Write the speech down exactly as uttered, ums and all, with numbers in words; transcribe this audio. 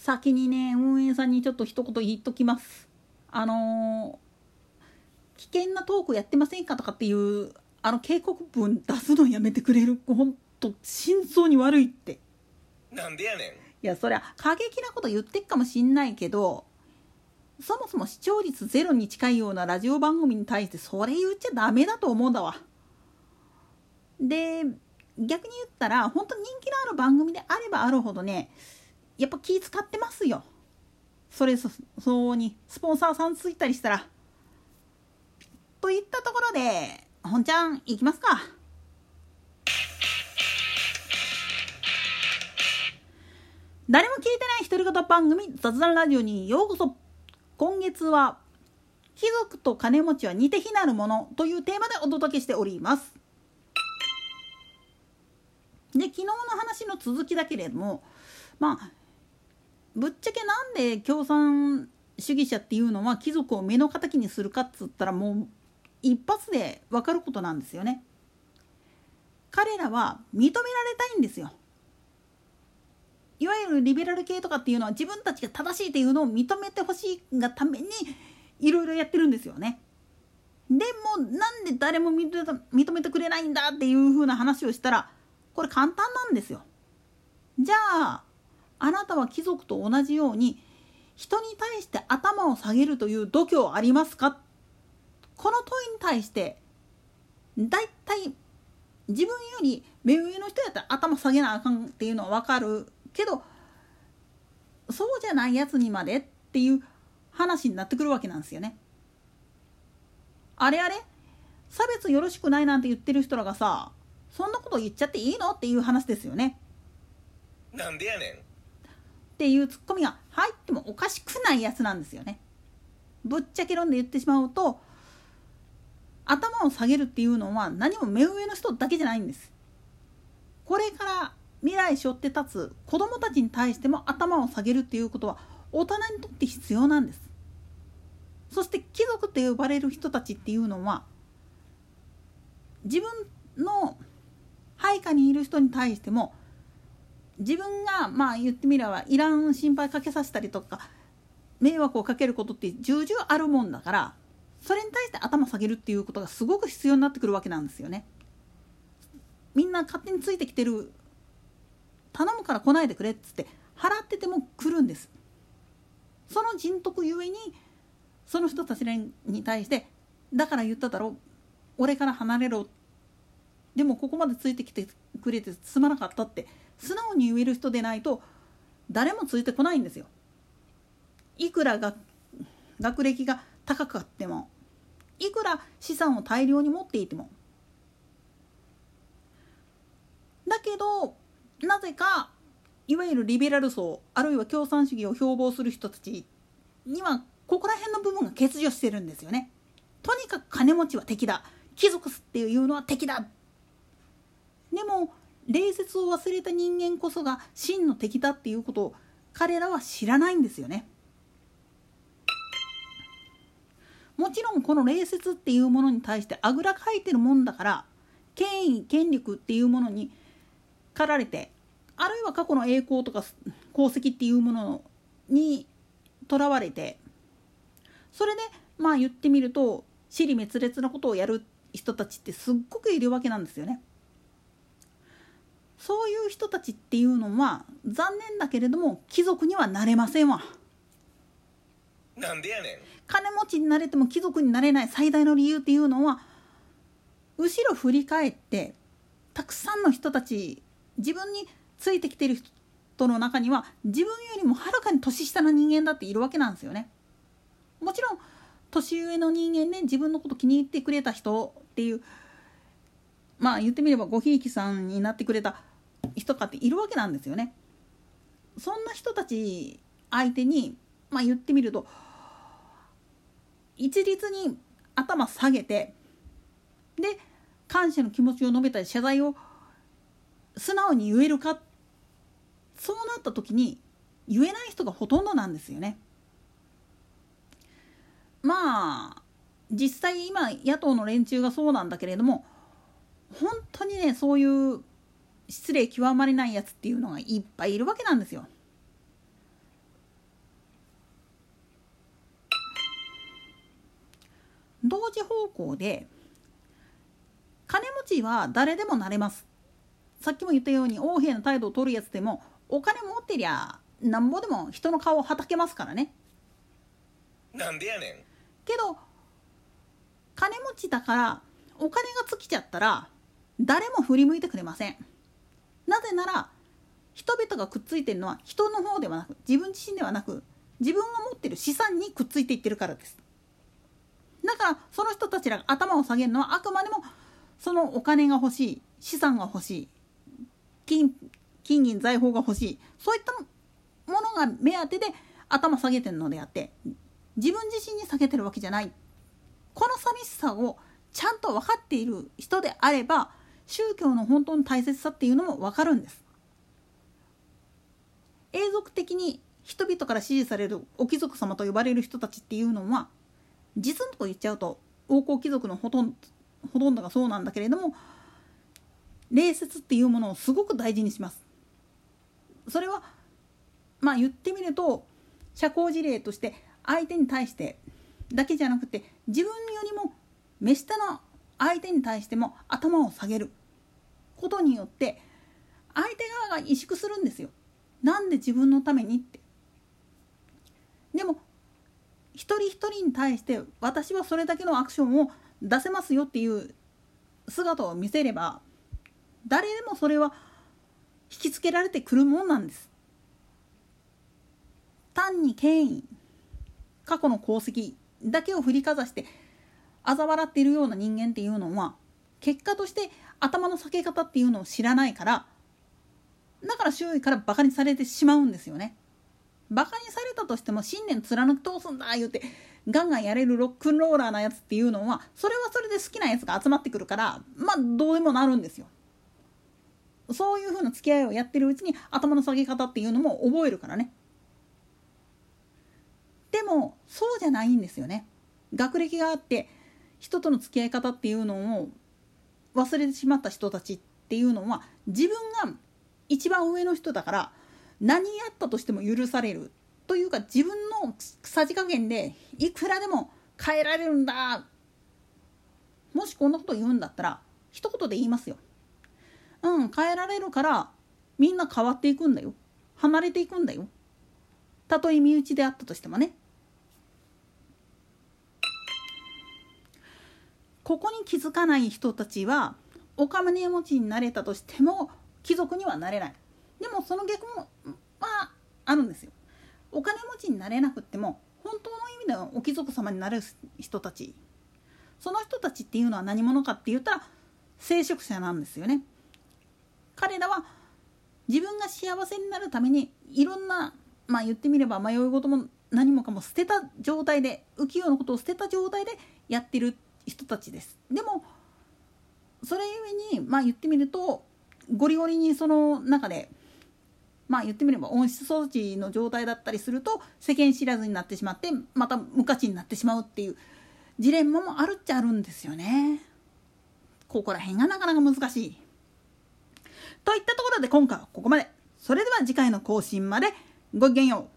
先にね運営さんにちょっと一言言っときます。あのー、危険なトークやってませんかとかっていうあの警告文出すのやめてくれる。ほんと心臓に悪いって。 なんでやねん。 いやそりゃ過激なこと言ってっかもしんないけど、そもそも視聴率ゼロに近いようなラジオ番組に対してそれ言っちゃダメだと思うんだわ。で逆に言ったら本当に人気のある番組であればあるほどね、やっぱ気使ってますよ。それそそうにスポンサーさんついたりしたら。といったところで本ちゃん行きますか。誰も聞いてない独り言番組雑談ラジオにようこそ。今月は貴族と金持ちは似て非なるものというテーマでお届けしております。で昨日の話の続きだけれども、まあぶっちゃけなんで共産主義者っていうのは貴族を目の敵にするかっつったらもう一発で分かることなんですよね。彼らは認められたいんですよ。いわゆるリベラル系とかっていうのは自分たちが正しいっていうのを認めてほしいがためにいろいろやってるんですよね。でもなんで誰も認めてくれないんだっていう風な話をしたらこれ簡単なんですよ。じゃああなたは貴族と同じように人に対して頭を下げるという度胸ありますか。この問いに対してだいたい自分より目上の人やったら頭下げなあかんっていうのは分かるけど、そうじゃないやつにまでっていう話になってくるわけなんですよね。あれあれ差別よろしくないなんて言ってる人らがさ、そんなこと言っちゃっていいのっていう話ですよね。 なんでやねんっていうツッコミが入ってもおかしくないやつなんですよね。ぶっちゃけ論で言ってしまうと、頭を下げるっていうのは何も目上の人だけじゃないんです。これから未来背負って立つ子供たちに対しても頭を下げるっていうことは大人にとって必要なんです。そして貴族と呼ばれる人たちっていうのは自分の配下にいる人に対しても自分がまあ言ってみればいらん心配かけさせたりとか迷惑をかけることって重々あるもんだから、それに対して頭下げるっていうことがすごく必要になってくるわけなんですよね。みんな勝手についてきてる、頼むから来ないでくれっつって払ってても来るんです。その人徳ゆえにその人たちに対してだから言っただろ、俺から離れろ、でもここまでついてきてくれてすまなかったって素直に言える人でないと誰もついてこないんですよ。いくらが学歴が高くあっても、いくら資産を大量に持っていても。だけどなぜかいわゆるリベラル層あるいは共産主義を標榜する人たちにはここら辺の部分が欠如してるんですよね。とにかく金持ちは敵だ、貴族っていうのは敵だ。でも礼節を忘れた人間こそが真の敵だっていうことを彼らは知らないんですよね。もちろんこの礼節っていうものに対してあぐらかいてるもんだから、権威権力っていうものに駆られて、あるいは過去の栄光とか功績っていうものにとらわれて、それでまあ言ってみると支離滅裂なことをやる人たちってすっごくいるわけなんですよね。そういう人たちっていうのは残念だけれども貴族にはなれませんわ。 なんでやねん。 金持ちになれても貴族になれない最大の理由っていうのは、後ろ振り返ってたくさんの人たち、自分についてきてる人の中には自分よりもはるかに年下の人間だっているわけなんですよね。もちろん年上の人間で自分のこと気に入ってくれた人っていう、まあ言ってみればごひいきさんになってくれた人かっているわけなんですよね。そんな人たち相手にまあ言ってみると一律に頭下げて、で感謝の気持ちを述べたり謝罪を素直に言えるか、そうなった時に言えない人がほとんどなんですよね。まあ実際今野党の連中がそうなんだけれども、本当にねそういう失礼極まりないやつっていうのがいっぱいいるわけなんですよ。 同時方向で金持ちは誰でもなれます。さっきも言ったように横柄な態度を取るやつでもお金持ってりゃなんぼでも人の顔をはたけますからね。 なんでやねん。 けど金持ちだからお金が尽きちゃったら誰も振り向いてくれません。なぜなら人々がくっついてるのは人の方ではなく自分自身ではなく自分が持ってる資産にくっついていってるからです。だからその人たちが頭を下げるのはあくまでもそのお金が欲しい、資産が欲しい、金、金銀財宝が欲しい、そういったものが目当てで頭下げてるのであって自分自身に下げてるわけじゃない。この寂しさをちゃんと分かっている人であれば宗教の本当の大切さっていうのも分かるんです。永続的に人々から支持されるお貴族様と呼ばれる人たちっていうのは実のとこ言っちゃうと王侯貴族のほとんど、ほとんどがそうなんだけれども礼節っていうものをすごく大事にします。それはまあ言ってみると社交辞令として相手に対してだけじゃなくて自分よりも目下の相手に対しても頭を下げることによって相手側が萎縮するんですよ。なんで自分のためにって。でも一人一人に対して私はそれだけのアクションを出せますよっていう姿を見せれば誰でもそれは引きつけられてくるもんなんです。単に権威、過去の功績だけを振りかざして嘲笑っているような人間っていうのは結果として頭の下げ方っていうのを知らないからだから周囲からバカにされてしまうんですよね。バカにされたとしても信念貫き通すんだ言うてガンガンやれるロックンローラーなやつっていうのはそれはそれで好きなやつが集まってくるからまあどうでもなるんですよ。そういう風な付き合いをやってるうちに頭の下げ方っていうのも覚えるからね。でもそうじゃないんですよね。学歴があって人との付き合い方っていうのを忘れてしまった人たちっていうのは自分が一番上の人だから何やったとしても許されるというか自分のさじ加減でいくらでも変えられるんだ。もしこんなこと言うんだったら一言で言いますよ。うん変えられるからみんな変わっていくんだよ。離れていくんだよ。たとえ身内であったとしてもね。ここに気づかない人たちはお金持ちになれたとしても貴族にはなれない。でもその逆もまああるんですよ。お金持ちになれなくっても本当の意味でのお貴族様になる人たち、その人たちっていうのは何者かって言ったら聖職者なんですよね。彼らは自分が幸せになるためにいろんなまあ言ってみれば迷い事も何もかも捨てた状態で浮世のことを捨てた状態でやってる人たちです。でもそれゆえにまあ言ってみるとゴリゴリにその中でまあ言ってみれば温室育ちの状態だったりすると世間知らずになってしまってまた無価値になってしまうっていうジレンマもあるっちゃあるんですよね。ここら辺がなかなか難しいといったところで今回はここまで。それでは次回の更新までごきげんよう。